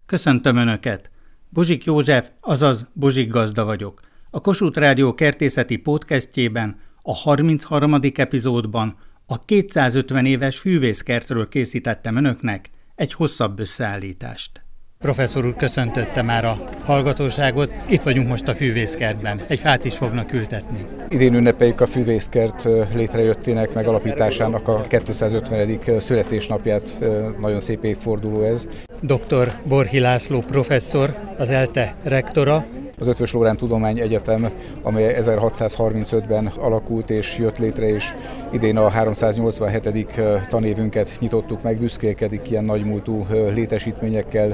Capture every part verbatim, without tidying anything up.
Köszöntöm Önöket! Bozsik József, azaz Bozsik Gazda vagyok. A Kossuth Rádió kertészeti podcastjében, a harmincharmadik epizódban a kétszázötven éves fűvészkertről készítettem Önöknek egy hosszabb összeállítást. Professzor úr, köszöntötte már a hallgatóságot. Itt vagyunk most a fűvészkertben. Egy fát is fognak ültetni. Idén ünnepeljük a fűvészkert létrejöttének, megalapításának a kétszázötvenedik születésnapját. Nagyon szép évforduló ez. doktor Borhi László professzor, az ELTE rektora. Az Eötvös Loránd Tudományegyetem, amely ezerhatszázharmincötben alakult és jött létre, és idén a háromszáznyolcvanhetedik tanévünket nyitottuk meg, büszkélkedik ilyen nagymúltú létesítményekkel,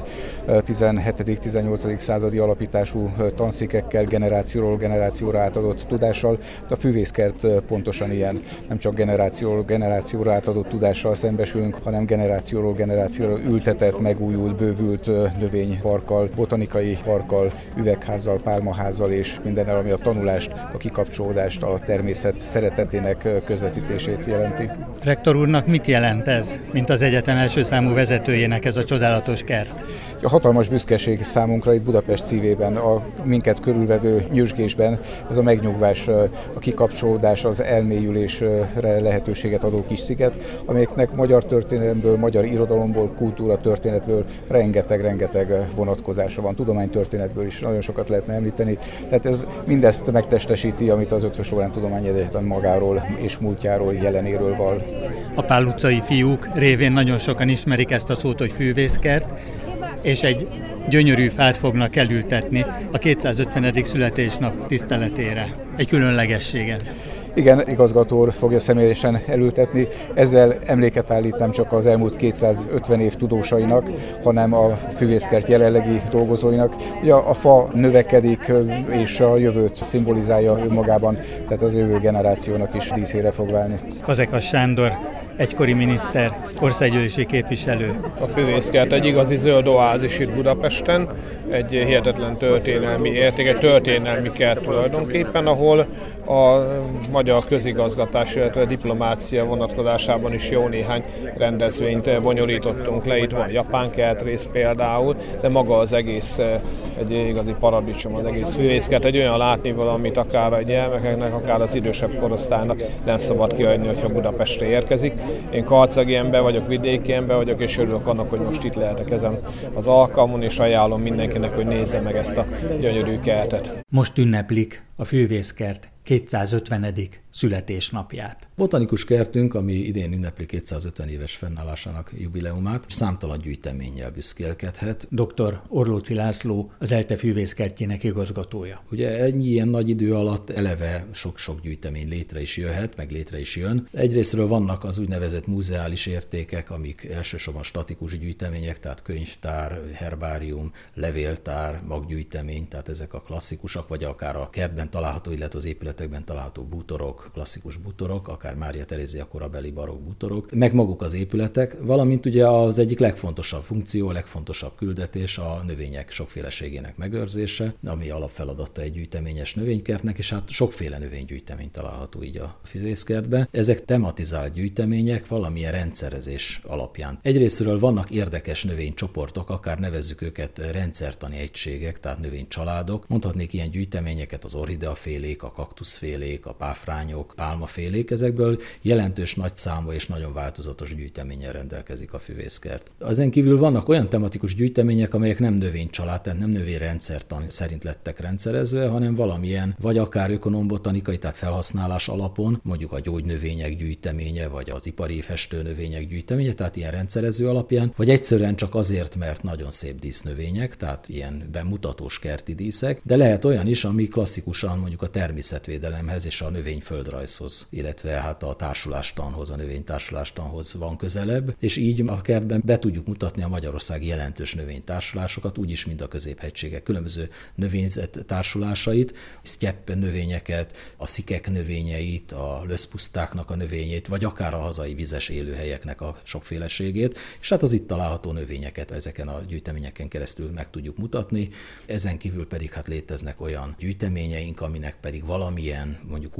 tizenhetedik-tizennyolcadik századi alapítású tanszékekkel, generációról generációra átadott tudással. A fűvészkert pontosan ilyen, nem csak generációról generációra átadott tudással szembesülünk, hanem generációról generációra ültetett, megújult, bővült növényparkkal, botanikai parkkal, üvegházzal, pálmaházzal és mindennel, ami a tanulást, a kikapcsolódást, a természet szeretetének közvetítését jelenti. Rektor úrnak mit jelent ez, mint az egyetem első számú vezetőjének ez a csodálatos kert? A hatalmas büszkeség számunkra itt Budapest szívében, a minket körülvevő nyüzsgésben ez a megnyugvás, a kikapcsolódás, az elmélyülésre lehetőséget adó kis sziget, amelyeknek magyar történelemből, magyar irodalomból, kultúra történetből rengeteg-rengeteg vonatkozása van, tudománytörténetből is nagyon sokat lehetne említeni. Tehát ez mindezt megtestesíti, amit az Eötvös Loránd Tudományegyetem magáról és múltjáról, jelenéről val. A Pál utcai fiúk révén nagyon sokan ismerik ezt a szót, hogy fűvészkert, és egy gyönyörű fát fognak elültetni a kétszázötvenedik születésnap tiszteletére. Egy különlegességet. Igen, igazgató úr fogja személyesen elültetni. Ezzel emléket állít nem csak az elmúlt kétszázötven év tudósainak, hanem a fűvészkert jelenlegi dolgozóinak. Ugye a fa növekedik és a jövőt szimbolizálja önmagában, tehát az jövő generációnak is díszére fog válni. Fazekas Sándor, egykori miniszter, országgyűlési képviselő. A fűvészkert egy igazi zöld oázis itt Budapesten, egy hihetetlen történelmi érték, egy történelmi kert tulajdonképpen, ahol a magyar közigazgatás, illetve a diplomácia vonatkozásában is jó néhány rendezvényt bonyolítottunk le. Itt van japán kertrész például, de maga az egész egy igazi paradicsom, az egész fűvészkert, egy olyan látnivaló, amit akár a gyermekeknek, akár az idősebb korosztálynak nem szabad kihagyni, hogyha Budapestre érkezik. Én karcagi ember vagyok, vidéki ember vagyok, és örülök annak, hogy most itt lehetek ezen az alkalmon, és ajánlom mindenkinek, hogy nézze meg ezt a gyönyörű kertet. Most ünneplik a fűvészkert kétszázötvenedik születésnapját. Botanikus kertünk, ami idén ünnepli kétszázötven éves fennállásának jubileumát, számtalan gyűjteménnyel büszkélkedhet. doktor Orlóczy László, az ELTE fűvészkertjének igazgatója. Ugye ennyi ilyen nagy idő alatt eleve sok-sok gyűjtemény létre is jöhet, meg létre is jön. Egyrészről vannak az úgynevezett muzeális értékek, amik elsősorban statikus gyűjtemények, tehát könyvtár, herbárium, levéltár, maggyűjtemény, tehát ezek a klasszikusak, vagy akár a kertben található, illetve az épületekben található bútorok, klasszikus bútorok, akár Mária Terézia korabeli barokk bútorok, meg maguk az épületek, valamint ugye az egyik legfontosabb funkció, a legfontosabb küldetés a növények sokféleségének megőrzése, ami alapfeladata egy gyűjteményes növénykertnek, és hát sokféle növénygyűjtemény található így a fűvészkertben. Ezek tematizált gyűjtemények valamilyen rendszerezés alapján. Egyrészről vannak érdekes növénycsoportok, akár nevezzük őket rendszertani egységek, tehát növénycsaládok. Mondhatnék ilyen gyűjteményeket az orchideafélék, a kaktuszfélék, a páfrányok, pálmafélék, ezekből jelentős nagy számú és nagyon változatos gyűjteménnyel rendelkezik a fűvészkert. Ezen kívül vannak olyan tematikus gyűjtemények, amelyek nem növénycsalád, tehát nem növényrendszertan szerint lettek rendszerezve, hanem valamilyen, vagy akár ökonombotanikai, tehát felhasználás alapon, mondjuk a gyógynövények gyűjteménye, vagy az ipari festőnövények gyűjteménye, tehát ilyen rendszerező alapján, vagy egyszerűen csak azért, mert nagyon szép dísznövények, tehát ilyen bemutatós kerti díszek, de lehet olyan is, ami klasszikusan mondjuk a természetvédelemhez és a növényföldrajzhoz, illetve hát a társulástanhoz, a növénytársulástanhoz van közelebb, és így a kertben be tudjuk mutatni a Magyarország jelentős növénytársulásokat, úgyis, mint a középhegységek különböző növényzet társulásait, sztyepp növényeket, a szikek növényeit, a löszpusztáknak a növényét, vagy akár a hazai vizes élőhelyeknek a sokféleségét, és hát az itt található növényeket ezeken a gyűjteményeken keresztül meg tudjuk mutatni. Ezen kívül pedig hát léteznek olyan gyűjteményeink, aminek pedig valamilyen mondjuk kultúrtörténet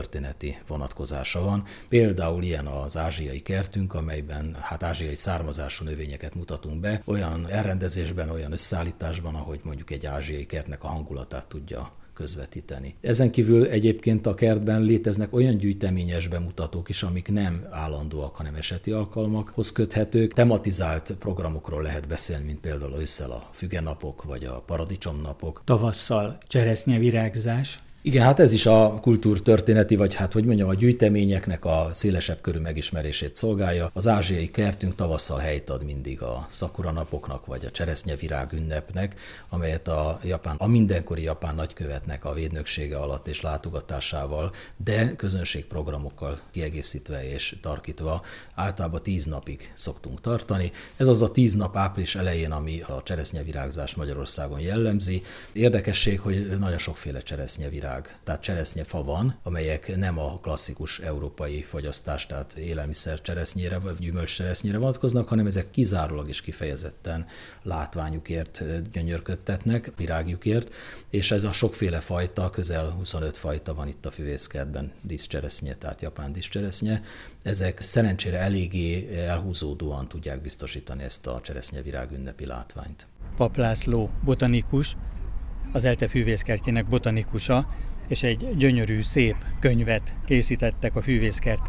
kultúrtörténeti vonatkozása van. Például ilyen az ázsiai kertünk, amelyben hát ázsiai származású növényeket mutatunk be, olyan elrendezésben, olyan összeállításban, ahogy mondjuk egy ázsiai kertnek a hangulatát tudja közvetíteni. Ezen kívül egyébként a kertben léteznek olyan gyűjteményes bemutatók is, amik nem állandóak, hanem eseti alkalmakhoz köthetők. Tematizált programokról lehet beszélni, mint például ősszel a fügenapok, vagy a paradicsomnapok. Tavasszal cseresznyevirágzás. Igen, hát ez is a kultúrtörténeti, vagy hát hogy mondjam, a gyűjteményeknek a szélesebb körű megismerését szolgálja. Az ázsiai kertünk tavasszal helyt ad mindig a szakura napoknak, vagy a cseresznyevirág ünnepnek, amelyet a japán, a mindenkori japán nagykövetnek a védnöksége alatt és látogatásával, de közönségprogramokkal kiegészítve és tarkítva általában tíz napig szoktunk tartani. Ez az a tíz nap április elején, ami a cseresznyevirágzás Magyarországon jellemzi. Érdekesség, hogy nagyon sokféle cseresznyevirág, tehát cseresznyefa van, amelyek nem a klasszikus európai fogyasztás, tehát élelmiszer cseresznyére vagy gyümölcs cseresznyére vonatkoznak, hanem ezek kizárólag és kifejezetten látványukért gyönyörködtetnek, virágjukért, és ez a sokféle fajta, közel huszonöt fajta van itt a füvészkertben, díszcseresznye, tehát japán díszcseresznye. Ezek szerencsére eléggé elhúzódóan tudják biztosítani ezt a cseresznyevirág ünnepi látványt. Papp László botanikus, az ELTE fűvészkertjének botanikusa, és egy gyönyörű, szép könyvet készítettek a fűvészkert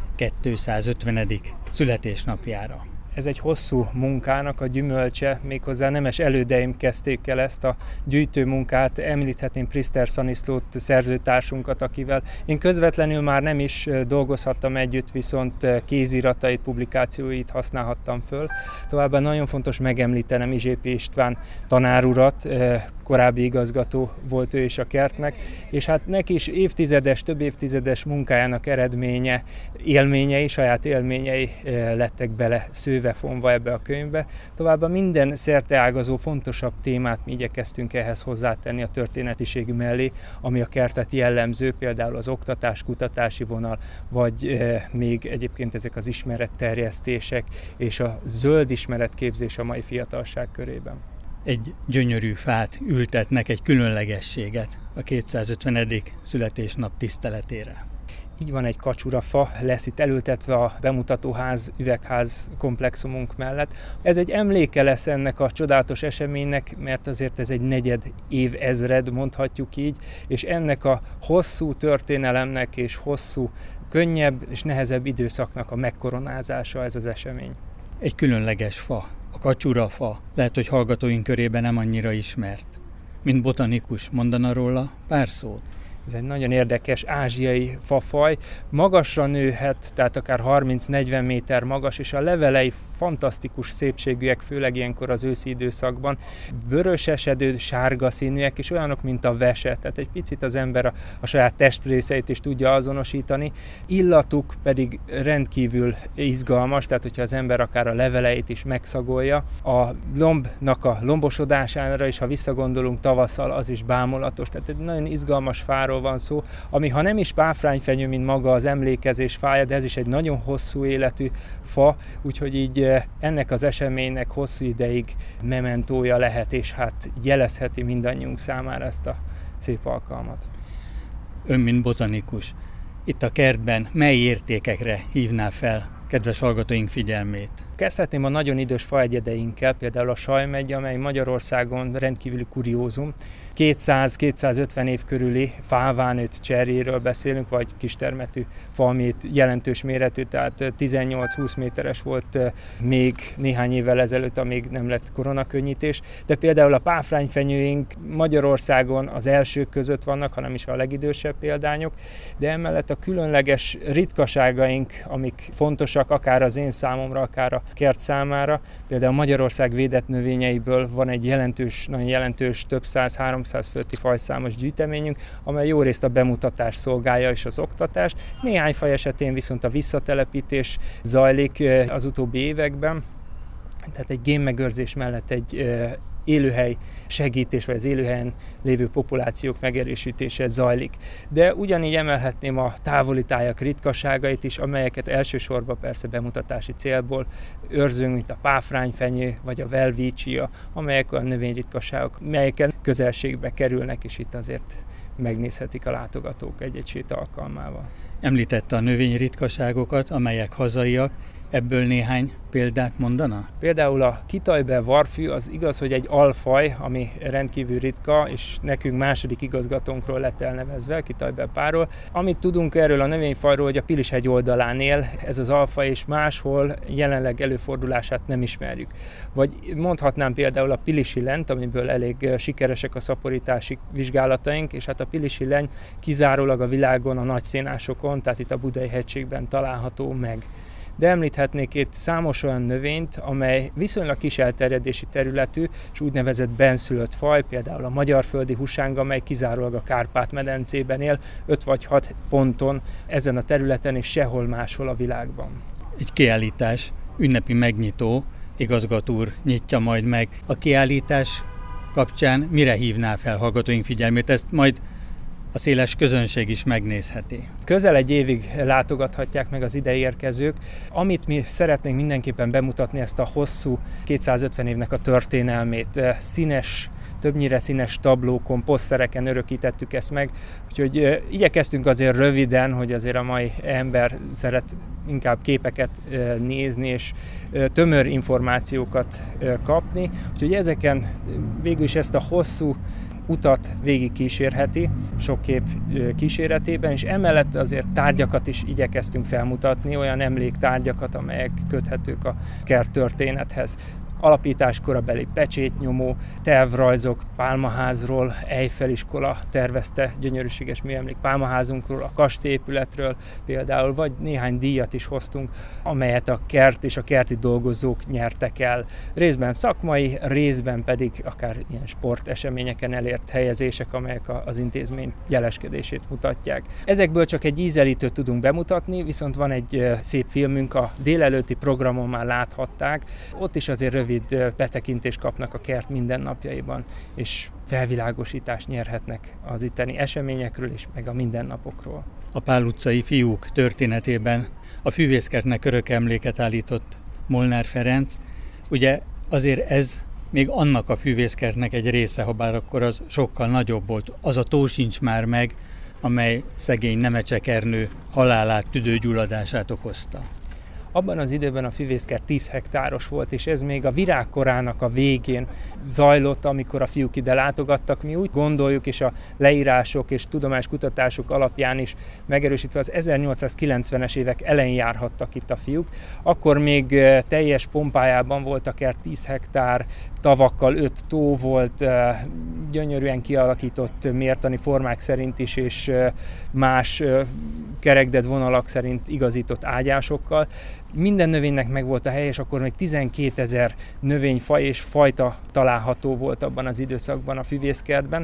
kétszázötvenedik születésnapjára. Ez egy hosszú munkának a gyümölcse, méghozzá nemes elődeim kezdték el ezt a gyűjtőmunkát. Említhetném Priszter Szaniszlót, szerzőtársunkat, akivel én közvetlenül már nem is dolgozhattam együtt, viszont kéziratait, publikációit használhattam föl. Továbbá nagyon fontos megemlítenem Izsépi István tanárurat, korábbi igazgató volt ő is a kertnek, és hát neki is évtizedes, több évtizedes munkájának eredménye, élményei, saját élményei lettek bele szővefonva ebbe a könyvbe. Továbbá minden szerteágazó fontosabb témát mi igyekeztünk ehhez hozzátenni a történetiség mellé, ami a kertet jellemző, például az oktatás, kutatási vonal, vagy e, még egyébként ezek az ismeretterjesztések és a zöld ismeretképzés a mai fiatalság körében. Egy gyönyörű fát ültetnek, egy különlegességet a kétszázötvenedik születésnap tiszteletére. Így van, egy kacsurafa lesz itt elültetve a bemutatóház, üvegház komplexumunk mellett. Ez egy emléke lesz ennek a csodálatos eseménynek, mert azért ez egy negyed évezred, mondhatjuk így, és ennek a hosszú történelemnek és hosszú, könnyebb és nehezebb időszaknak a megkoronázása ez az esemény. Egy különleges fa, a kacsurafa, lehet, hogy hallgatóink körében nem annyira ismert. Mint botanikus, mondana róla pár szót? Ez egy nagyon érdekes ázsiai fafaj, magasra nőhet, tehát akár harminc-negyven méter magas, és a levelei fantasztikus szépségűek, főleg ilyenkor az őszi időszakban, vörösesedő, sárga színűek, és olyanok, mint a vese, tehát egy picit az ember a, a saját testrészeit is tudja azonosítani. Illatuk pedig rendkívül izgalmas, tehát hogyha az ember akár a leveleit is megszagolja. A lombnak a lombosodására is, ha visszagondolunk tavasszal, az is bámulatos, tehát egy nagyon izgalmas fáról van szó, ami ha nem is páfrányfenyő, mint maga az emlékezés fája, de ez is egy nagyon hosszú életű fa, úgyhogy így ennek az eseménynek hosszú ideig mementója lehet, és hát jelezheti mindannyiunk számára ezt a szép alkalmat. Ön, mint botanikus, itt a kertben mely értékekre hívná fel kedves hallgatóink figyelmét? Kezdhetném a nagyon idős faegyedeinkkel, például a sajmegye, amely Magyarországon rendkívüli kuriózum. kétszáz-kétszázötven év körüli fává nőtt cserjéről beszélünk, vagy kistermetű fa, ami jelentős méretű, tehát tizennyolc-húsz méteres volt még néhány évvel ezelőtt, amíg nem lett koronakönnyítés. De például a páfrányfenyőink Magyarországon az elsők között vannak, hanem is a legidősebb példányok, de emellett a különleges ritkaságaink, amik fontosak akár az én számomra, akár a kert számára. Például Magyarország védett növényeiből van egy jelentős, nagyon jelentős, több száz, háromszáz fölötti fajszámos gyűjteményünk, amely jó részt a bemutatás szolgálja és az oktatást. Néhány faj esetén viszont a visszatelepítés zajlik az utóbbi években. Tehát egy génmegőrzés mellett egy élőhely segítés, vagy az élőhelyen lévő populációk megerősítése zajlik. De ugyanígy emelhetném a távoli tájak ritkaságait is, amelyeket elsősorban persze bemutatási célból őrzünk, mint a páfrányfenyő, vagy a velvícsia, amelyek olyan növényritkaságok, melyekkel közelségbe kerülnek, és itt azért megnézhetik a látogatók egy-egy séta alkalmával. Említette a növényritkaságokat, amelyek hazaiak, ebből néhány példát mondana? Például a kitajbel varfű az igaz, hogy egy alfaj, ami rendkívül ritka, és nekünk második igazgatónkról lett elnevezve, kitajbel párról. Amit tudunk erről a növényfajról, hogy a Pilishegy oldalán él ez az alfaj, és máshol jelenleg előfordulását nem ismerjük. Vagy mondhatnám például a pilisi lent, amiből elég sikeresek a szaporítási vizsgálataink, és hát a pilisi lent kizárólag a világon a nagyszénásokon, tehát itt a Budai-hegységben található meg. De említhetnék itt számos olyan növényt, amely viszonylag kis elterjedési területű, és úgynevezett benszülött faj, például a magyarföldi husáng, amely kizárólag a Kárpát-medencében él, öt vagy hat ponton ezen a területen, és sehol máshol a világban. Egy kiállítás, ünnepi megnyitó, igazgató úr nyitja majd meg. A kiállítás kapcsán mire hívná fel hallgatóink figyelmét? Ezt majd a széles közönség is megnézheti. Közel egy évig látogathatják meg az ide érkezők. Amit mi szeretnénk mindenképpen bemutatni, ezt a hosszú kétszázötven évnek a történelmét. Színes, többnyire színes tablókon, posztereken örökítettük ezt meg. Úgyhogy igyekeztünk azért röviden, hogy azért a mai ember szeret inkább képeket nézni és tömör információkat kapni. Úgyhogy ezeken végül is ezt a hosszú utat végig kísérheti, sok kép kíséretében, és emellett azért tárgyakat is igyekeztünk felmutatni, olyan emléktárgyakat, amelyek köthetők a kerttörténethez. Alapításkorabeli pecsétnyomó, tervrajzok Pálmaházról, Eiffel iskola tervezte gyönyörűséges műemlék Pálmaházunkról, a kastélyépületről például, vagy néhány díjat is hoztunk, amelyet a kert és a kerti dolgozók nyertek el. Részben szakmai, részben pedig akár ilyen sporteseményeken elért helyezések, amelyek az intézmény jeleskedését mutatják. Ezekből csak egy ízelítőt tudunk bemutatni, viszont van egy szép filmünk, a délelőtti programon már láthatták, ott is azért rövid betekintést kapnak a kert mindennapjaiban, és felvilágosítást nyerhetnek az itteni eseményekről és meg a mindennapokról. A Pál utcai fiúk történetében a fűvészkertnek örök emléket állított Molnár Ferenc. Ugye azért ez még annak a fűvészkertnek egy része, ha bár akkor az sokkal nagyobb volt. Az a tó sincs már meg, amely szegény Nemecsek Ernő halálát, tüdőgyulladását okozta. Abban az időben a fűvészkert tíz hektáros volt, és ez még a virágkorának a végén zajlott, amikor a fiúk ide látogattak. Mi úgy gondoljuk, és a leírások és tudományos kutatások alapján is megerősítve az ezernyolcszázkilencvenes évek elején járhattak itt a fiúk. Akkor még teljes pompájában volt a kert, tíz hektár, tavakkal öt tó volt, gyönyörűen kialakított mértani formák szerint is, és más kerekded vonalak szerint igazított ágyásokkal. Minden növénynek megvolt a hely, és akkor még tizenkétezer növényfaj és fajta található volt abban az időszakban a fűvészkertben.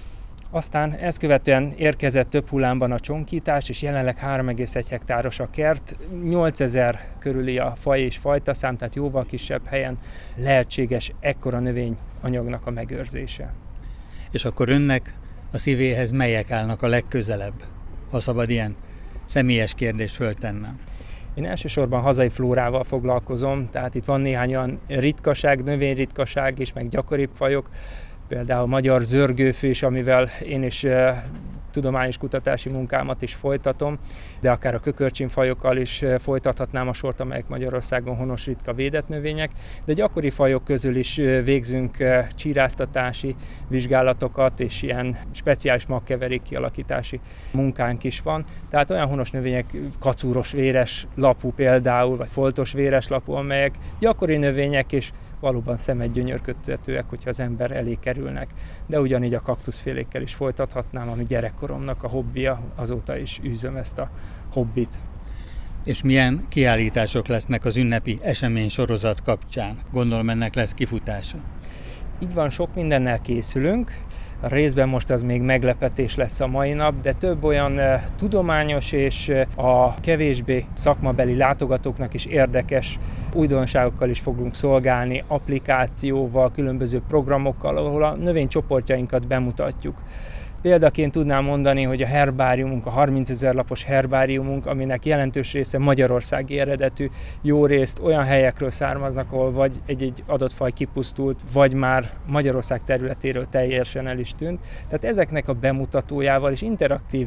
Aztán ezt követően érkezett több hullámban a csonkítás, és jelenleg három egész egy hektáros a kert, nyolcezer körüli a faj és fajtaszám, tehát jóval kisebb helyen lehetséges ekkora növényanyagnak a megőrzése. És akkor önnek a szívéhez melyek állnak a legközelebb, ha szabad ilyen személyes kérdést föltennem? Én elsősorban hazai flórával foglalkozom, tehát itt van néhány olyan ritkaság, növényritkaság és meg gyakoribb fajok, például magyar zörgőfés, amivel én is e, tudományos kutatási munkámat is folytatom, de akár a kökörcsinfajokkal is e, folytathatnám a sort, amelyek Magyarországon honos ritka védett növények, de gyakori fajok közül is e, végzünk e, csíráztatási vizsgálatokat, és ilyen speciális magkeverék kialakítási munkánk is van. Tehát olyan honos növények, kacúros véres lapú például, vagy foltos véres lapú, amelyek gyakori növények, és valóban szemedgyönyörködtetőek, hogyha az ember elé kerülnek. De ugyanígy a kaktuszfélékkel is folytathatnám, ami gyerekkoromnak a hobbija, azóta is űzöm ezt a hobbit. És milyen kiállítások lesznek az ünnepi esemény sorozat kapcsán? Gondolom ennek lesz kifutása. Így van, sok mindennel készülünk. A részben most az még meglepetés lesz a mai nap, de több olyan uh, tudományos és uh, a kevésbé szakmabeli látogatóknak is érdekes újdonságokkal is fogunk szolgálni, applikációval, különböző programokkal, ahol a növénycsoportjainkat bemutatjuk. Példaként tudnám mondani, hogy a herbáriumunk, a harmincezer lapos herbáriumunk, aminek jelentős része magyarországi eredetű, jó részt olyan helyekről származnak, ahol vagy egy-egy adott faj kipusztult, vagy már Magyarország területéről teljesen el is tűnt. Tehát ezeknek a bemutatójával és interaktív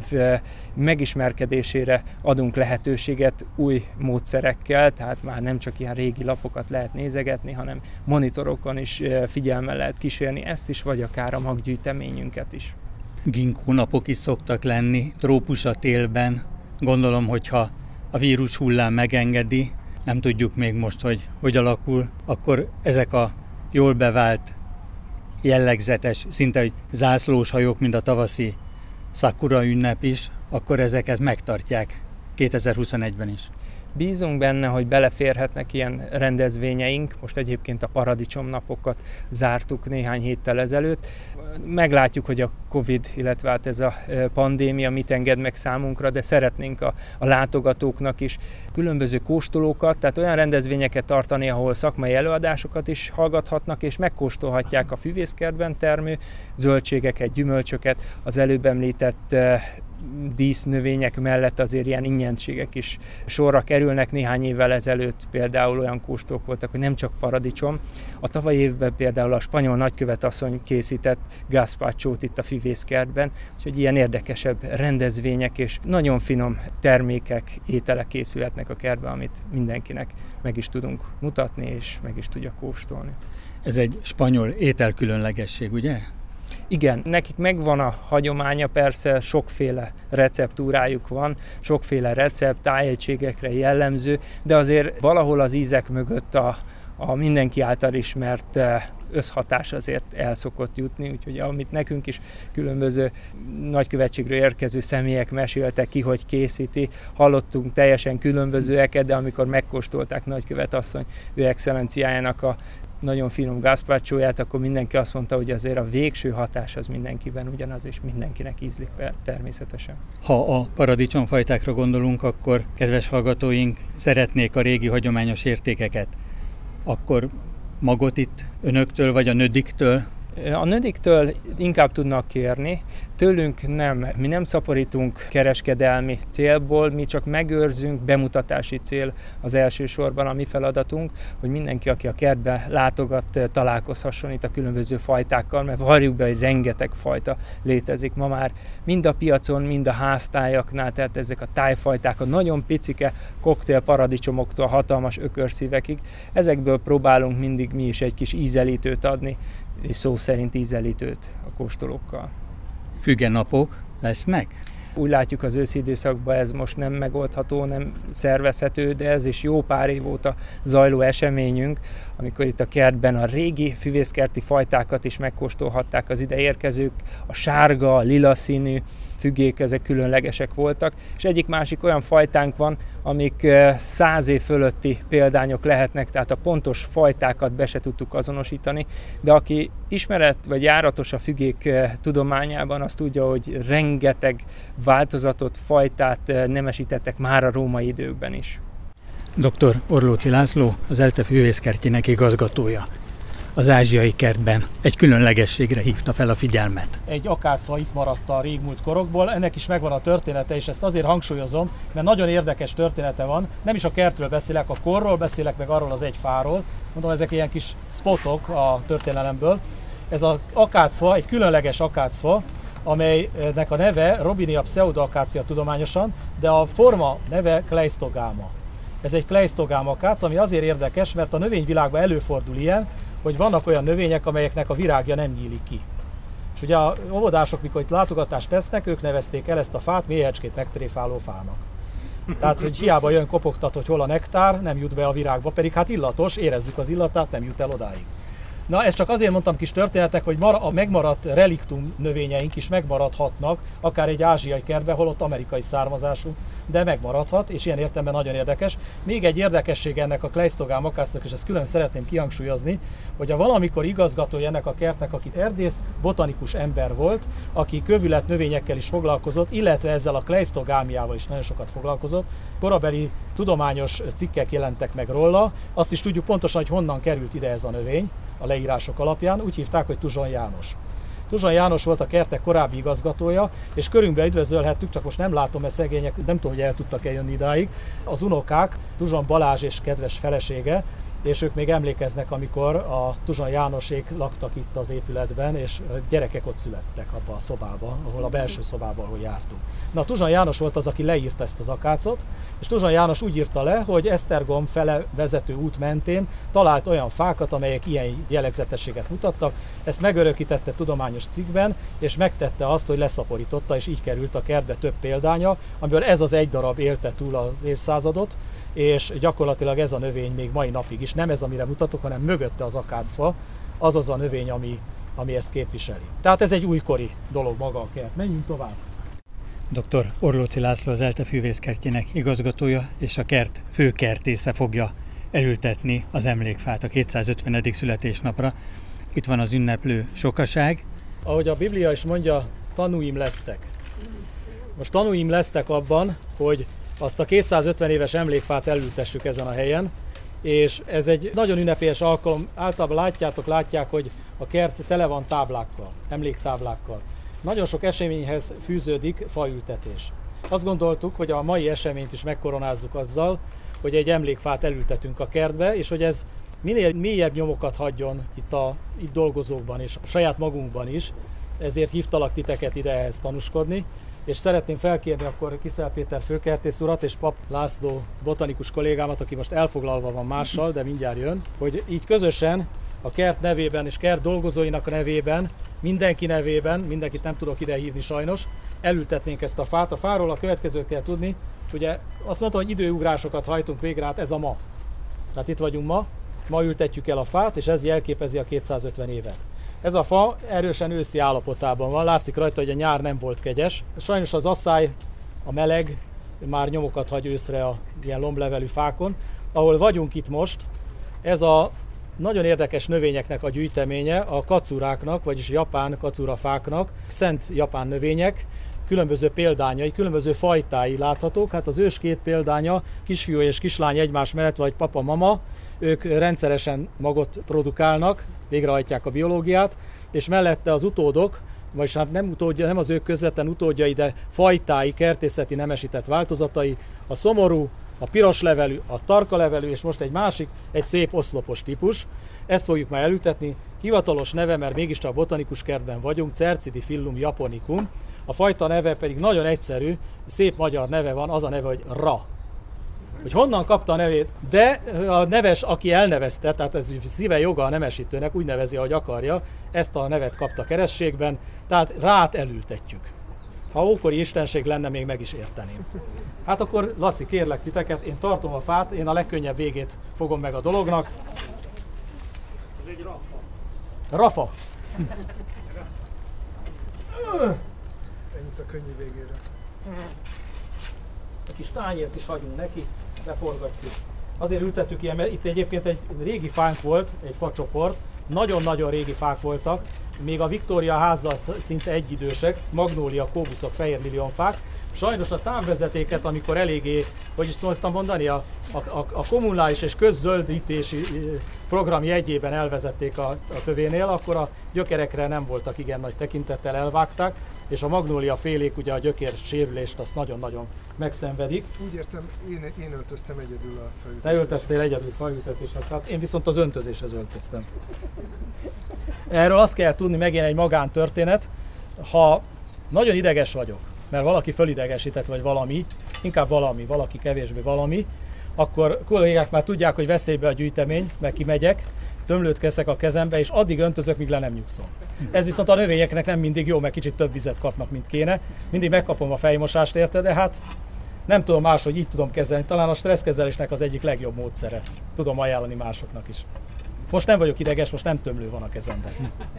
megismerkedésére adunk lehetőséget új módszerekkel, tehát már nem csak ilyen régi lapokat lehet nézegetni, hanem monitorokon is figyelemmel lehet kísérni ezt is, vagy akár a maggyűjteményünket is. Ginkgo napok is szoktak lenni, trópus a télben. Gondolom, hogyha a vírus hullám megengedi, nem tudjuk még most, hogy hogy alakul, akkor ezek a jól bevált, jellegzetes, szinte hogy zászlós hajók, mint a tavaszi Sakura ünnep is, akkor ezeket megtartják kétezer-huszonegyben is. Bízunk benne, hogy beleférhetnek ilyen rendezvényeink. Most egyébként a paradicsomnapokat zártuk néhány héttel ezelőtt. Meglátjuk, hogy a Covid, illetve hát ez a pandémia mit enged meg számunkra, de szeretnénk a, a látogatóknak is különböző kóstolókat, tehát olyan rendezvényeket tartani, ahol szakmai előadásokat is hallgathatnak, és megkóstolhatják a füvészkertben termő zöldségeket, gyümölcsöket, az előbb említett dísznövények mellett azért ilyen ingyenségek is sorra kerülnek. Néhány évvel ezelőtt például olyan kóstolók voltak, hogy nem csak paradicsom. A tavalyi évben például a spanyol nagykövetasszony készített gazpachót itt a füvészkertben, úgyhogy ilyen érdekesebb rendezvények és nagyon finom termékek, ételek készülhetnek a kertben, amit mindenkinek meg is tudunk mutatni és meg is tudja kóstolni. Ez egy spanyol ételkülönlegesség, ugye? Igen, nekik megvan a hagyománya, persze sokféle receptúrájuk van, sokféle recept, tájegységekre jellemző, de azért valahol az ízek mögött a, a mindenki által ismert összhatás azért el szokott jutni, úgyhogy amit nekünk is különböző nagykövetségről érkező személyek meséltek ki, hogy készíti, hallottunk teljesen különbözőeket, de amikor megkóstolták nagykövetasszony ő excellenciájának a nagyon finom gazpachóját, akkor mindenki azt mondta, hogy azért a végső hatás az mindenkiben ugyanaz, és mindenkinek ízlik természetesen. Ha a paradicsomfajtákra gondolunk, akkor kedves hallgatóink szeretnék a régi hagyományos értékeket, akkor magot itt önöktől, vagy a nödiktől? A nödiktől inkább tudnak kérni, tőlünk nem, mi nem szaporítunk kereskedelmi célból, mi csak megőrzünk, bemutatási cél az elsősorban a mi feladatunk, hogy mindenki, aki a kertbe látogat, találkozhasson itt a különböző fajtákkal, mert valljuk be, hogy rengeteg fajta létezik ma már, mind a piacon, mind a háztájaknál, tehát ezek a tájfajták, a nagyon picike koktél paradicsomoktól hatalmas ökörszívekig, ezekből próbálunk mindig mi is egy kis ízelítőt adni, és szó szerint ízelítőt a kóstolókkal. Fügenapok lesznek? Úgy látjuk, az őszi időszakban ez most nem megoldható, nem szervezhető, de ez is jó pár év óta zajló eseményünk, amikor itt a kertben a régi füvészkerti fajtákat is megkóstolhatták az ide érkezők, a sárga, a lila színű fügék, ezek különlegesek voltak, és egyik-másik olyan fajtánk van, amik száz év fölötti példányok lehetnek, tehát a pontos fajtákat be se tudtuk azonosítani, de aki ismeret vagy járatos a fügék tudományában, azt tudja, hogy rengeteg változatot, fajtát nemesítettek már a római időkben is. doktor Orlóczy László, az ELTE füvészkertjének igazgatója. Az ázsiai kertben egy különlegességre hívta fel a figyelmet. Egy akácfa itt maradt a régmúlt korokból, ennek is megvan a története, és ezt azért hangsúlyozom, mert nagyon érdekes története van. Nem is a kertről beszélek, a korról beszélek, meg arról az egy fáról. Mondom, ezek ilyen kis spotok a történelemből. Ez az akácfa, egy különleges akácfa, amelynek a neve Robinia pseudoacacia tudományosan, de a forma neve Kleistogama. Ez egy Kleistogama akác, ami azért érdekes, mert a növényvilágban előfordul ilyen, hogy vannak olyan növények, amelyeknek a virágja nem nyílik ki. És ugye a óvodások, mikor itt látogatást tesznek, ők nevezték el ezt a fát mélyecskét megtréfáló fának. Tehát, hogy hiába jön kopogtat, hogy hol a nektár, nem jut be a virágba, pedig hát illatos, érezzük az illatát, nem jut el odáig. Na, ezt csak azért mondtam kis történetek, hogy a megmaradt reliktum növényeink is megmaradhatnak, akár egy ázsiai kertbe, holott amerikai származású, de megmaradhat, és ilyen értelemben nagyon érdekes. Még egy érdekesség ennek a Kleistogama akácnak, és ezt külön szeretném kihangsúlyozni, hogy a valamikor igazgatója ennek a kertnek, aki erdész, botanikus ember volt, aki kövület növényekkel is foglalkozott, illetve ezzel a Kleistogámiával is nagyon sokat foglalkozott. Korabeli tudományos cikkek jelentek meg róla, azt is tudjuk pontosan, hogy honnan került ide ez a növény a leírások alapján, úgy hívták, hogy Tuzson János. Tuzson János volt a kertek korábbi igazgatója, és körünkbe üdvözölhettük, csak most nem látom, mert szegények, nem tudom, hogy el tudtak eljönni idáig, az unokák, Tuzson Balázs és kedves felesége, és ők még emlékeznek, amikor a Tuzson Jánosék laktak itt az épületben, és gyerekek ott születtek abban a szobában, ahol a belső szobában, ahol jártunk. Na, Tuzson János volt az, aki leírta ezt az akácot, és Tuzson János úgy írta le, hogy Esztergom fele vezető út mentén talált olyan fákat, amelyek ilyen jellegzetességet mutattak. Ezt megörökítette tudományos cikkben, és megtette azt, hogy leszaporította, és így került a kertbe több példánya, amiből ez az egy darab élte túl az évszázadot, és gyakorlatilag ez a növény még mai napig is, nem ez, amire mutatok, hanem mögötte az akácfa, az az a növény, ami, ami ezt képviseli. Tehát ez egy újkori dolog maga a kert. Menjünk tovább. doktor Orlóczy László, az ELTE fűvészkertjének igazgatója és a kert főkertésze fogja elültetni az emlékfát a kétszázötvenedik születésnapra. Itt van az ünneplő sokaság. Ahogy a Biblia is mondja, tanúim lesztek. Most tanúim lesztek abban, hogy azt a kétszázötven éves emlékfát elültessük ezen a helyen, és ez egy nagyon ünnepélyes alkalom. Általában látjátok, látják, hogy a kert tele van táblákkal, emléktáblákkal. Nagyon sok eseményhez fűződik faültetés. Azt gondoltuk, hogy a mai eseményt is megkoronázzuk azzal, hogy egy emlékfát elültetünk a kertbe, és hogy ez minél mélyebb nyomokat hagyjon itt, a, itt dolgozókban és a saját magunkban is. Ezért hívtalak titeket ide ehhez tanúskodni, és szeretném felkérni akkor Kiszel Péter főkertész urat és Pap László botanikus kollégámat, aki most elfoglalva van mással, de mindjárt jön, hogy így közösen a kert nevében és kert dolgozóinak a nevében, mindenki nevében, mindenkit nem tudok ide hívni sajnos, elültetnénk ezt a fát. A fáról a következőt kell tudni, ugye azt mondtam, hogy időugrásokat hajtunk végre, hát ez a ma. Tehát itt vagyunk ma, ma ültetjük el a fát, és ez jelképezi a kétszázötven évet. Ez a fa erősen őszi állapotában van, látszik rajta, hogy a nyár nem volt kegyes. Sajnos az asszály, a meleg már nyomokat hagy őszre a ilyen lomblevelű fákon. Ahol vagyunk itt most, ez a nagyon érdekes növényeknek a gyűjteménye, a kacuráknak, vagyis japán kacurafáknak, szent japán növények, különböző példányai, különböző fajtái láthatók. Hát az ős két példánya, kisfiú és kislány egymás mellett, vagy papa-mama, ők rendszeresen magot produkálnak, végrehajtják a biológiát, és mellette az utódok, vagyis hát nem, utódja, nem az ők közvetlen utódjai, de fajtái, kertészeti nemesített változatai, a szomorú, a piros levelű, a tarka levelű, és most egy másik, egy szép oszlopos típus. Ezt fogjuk már elültetni. Hivatalos neve, mert mégiscsak botanikus kertben vagyunk, Cercidifillum japonicum. A fajta neve pedig nagyon egyszerű, szép magyar neve van, az a neve, hogy Ra. Hogy honnan kapta a nevét, de a neves, aki elnevezte, tehát ez szíve joga a nemesítőnek, úgy nevezi, ahogy akarja, ezt a nevet kapta kerességben, tehát Rát elültetjük. Ha ókori istenség lenne, még meg is érteném. Hát akkor, Laci, kérlek titeket, én tartom a fát, én a legkönnyebb végét fogom meg a dolognak. Ez egy rafa. Rafa. Ennyit a könnyű végére. Egy kis tányért is hagyunk neki, leforgatjuk. Azért ültettük ilyen, mert itt egyébként egy régi fánk volt, egy facsoport, nagyon-nagyon régi fák voltak, még a Viktória házzal szinte egyidősek, magnólia, kóbuszok, fehérmillionfák. Sajnos a távvezetéket, amikor eléggé, hogy is szóltam mondani, a, a, a kommunális és közzöldítési program jegyében elvezették a, a tövénél, akkor a gyökerekre nem voltak igen nagy tekintettel, elvágták, és a magnólia félék ugye a gyökér sérülést azt nagyon-nagyon megszenvedik. Úgy értem, én, én öltöztem egyedül a faültetéshez. Te öltöztél egyedül faültetéshez, hát én viszont az öntözéshez öltöztem. Erről azt kell tudni, megint egy magántörténet, ha nagyon ideges vagyok, mert valaki fölidegesített, vagy valami, inkább valami, valaki kevésbé valami, akkor kollégák már tudják, hogy veszélybe a gyűjtemény, meg kimegyek, tömlőt keszek a kezembe, és addig öntözök, míg le nem nyugszom. Ez viszont a növényeknek nem mindig jó, mert kicsit több vizet kapnak, mint kéne. Mindig megkapom a fejmosást érte, de hát nem tudom máshogy így tudom kezelni. Talán a stresszkezelésnek az egyik legjobb módszere. Tudom ajánlani másoknak is. Most nem vagyok ideges, most nem tömlő van a kezemben.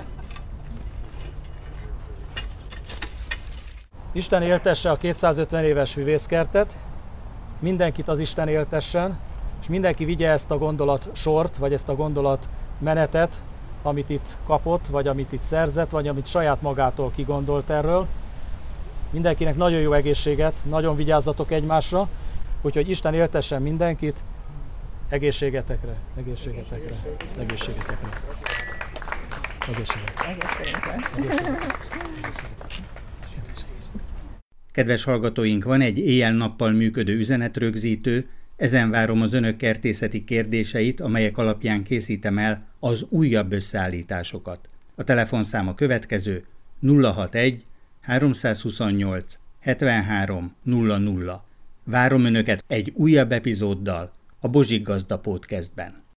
Isten éltesse a kétszázötven éves füvészkertet, mindenkit az Isten éltessen, és mindenki vigye ezt a gondolat sort, vagy ezt a gondolat menetet, amit itt kapott, vagy amit itt szerzett, vagy amit saját magától kigondolt erről. Mindenkinek nagyon jó egészséget, nagyon vigyázzatok egymásra, úgyhogy Isten éltessen mindenkit, egészségetekre, egészségetekre, egészségetekre. Kedves hallgatóink, van egy éjjel-nappal működő üzenetrögzítő, ezen várom az önök kertészeti kérdéseit, amelyek alapján készítem el az újabb összeállításokat. A telefonszám a következő: nulla hatvanegy háromszázhuszonnyolc hetvenhárom nulla nulla. Várom önöket egy újabb epizóddal a Bozsik Gazda Podcastben.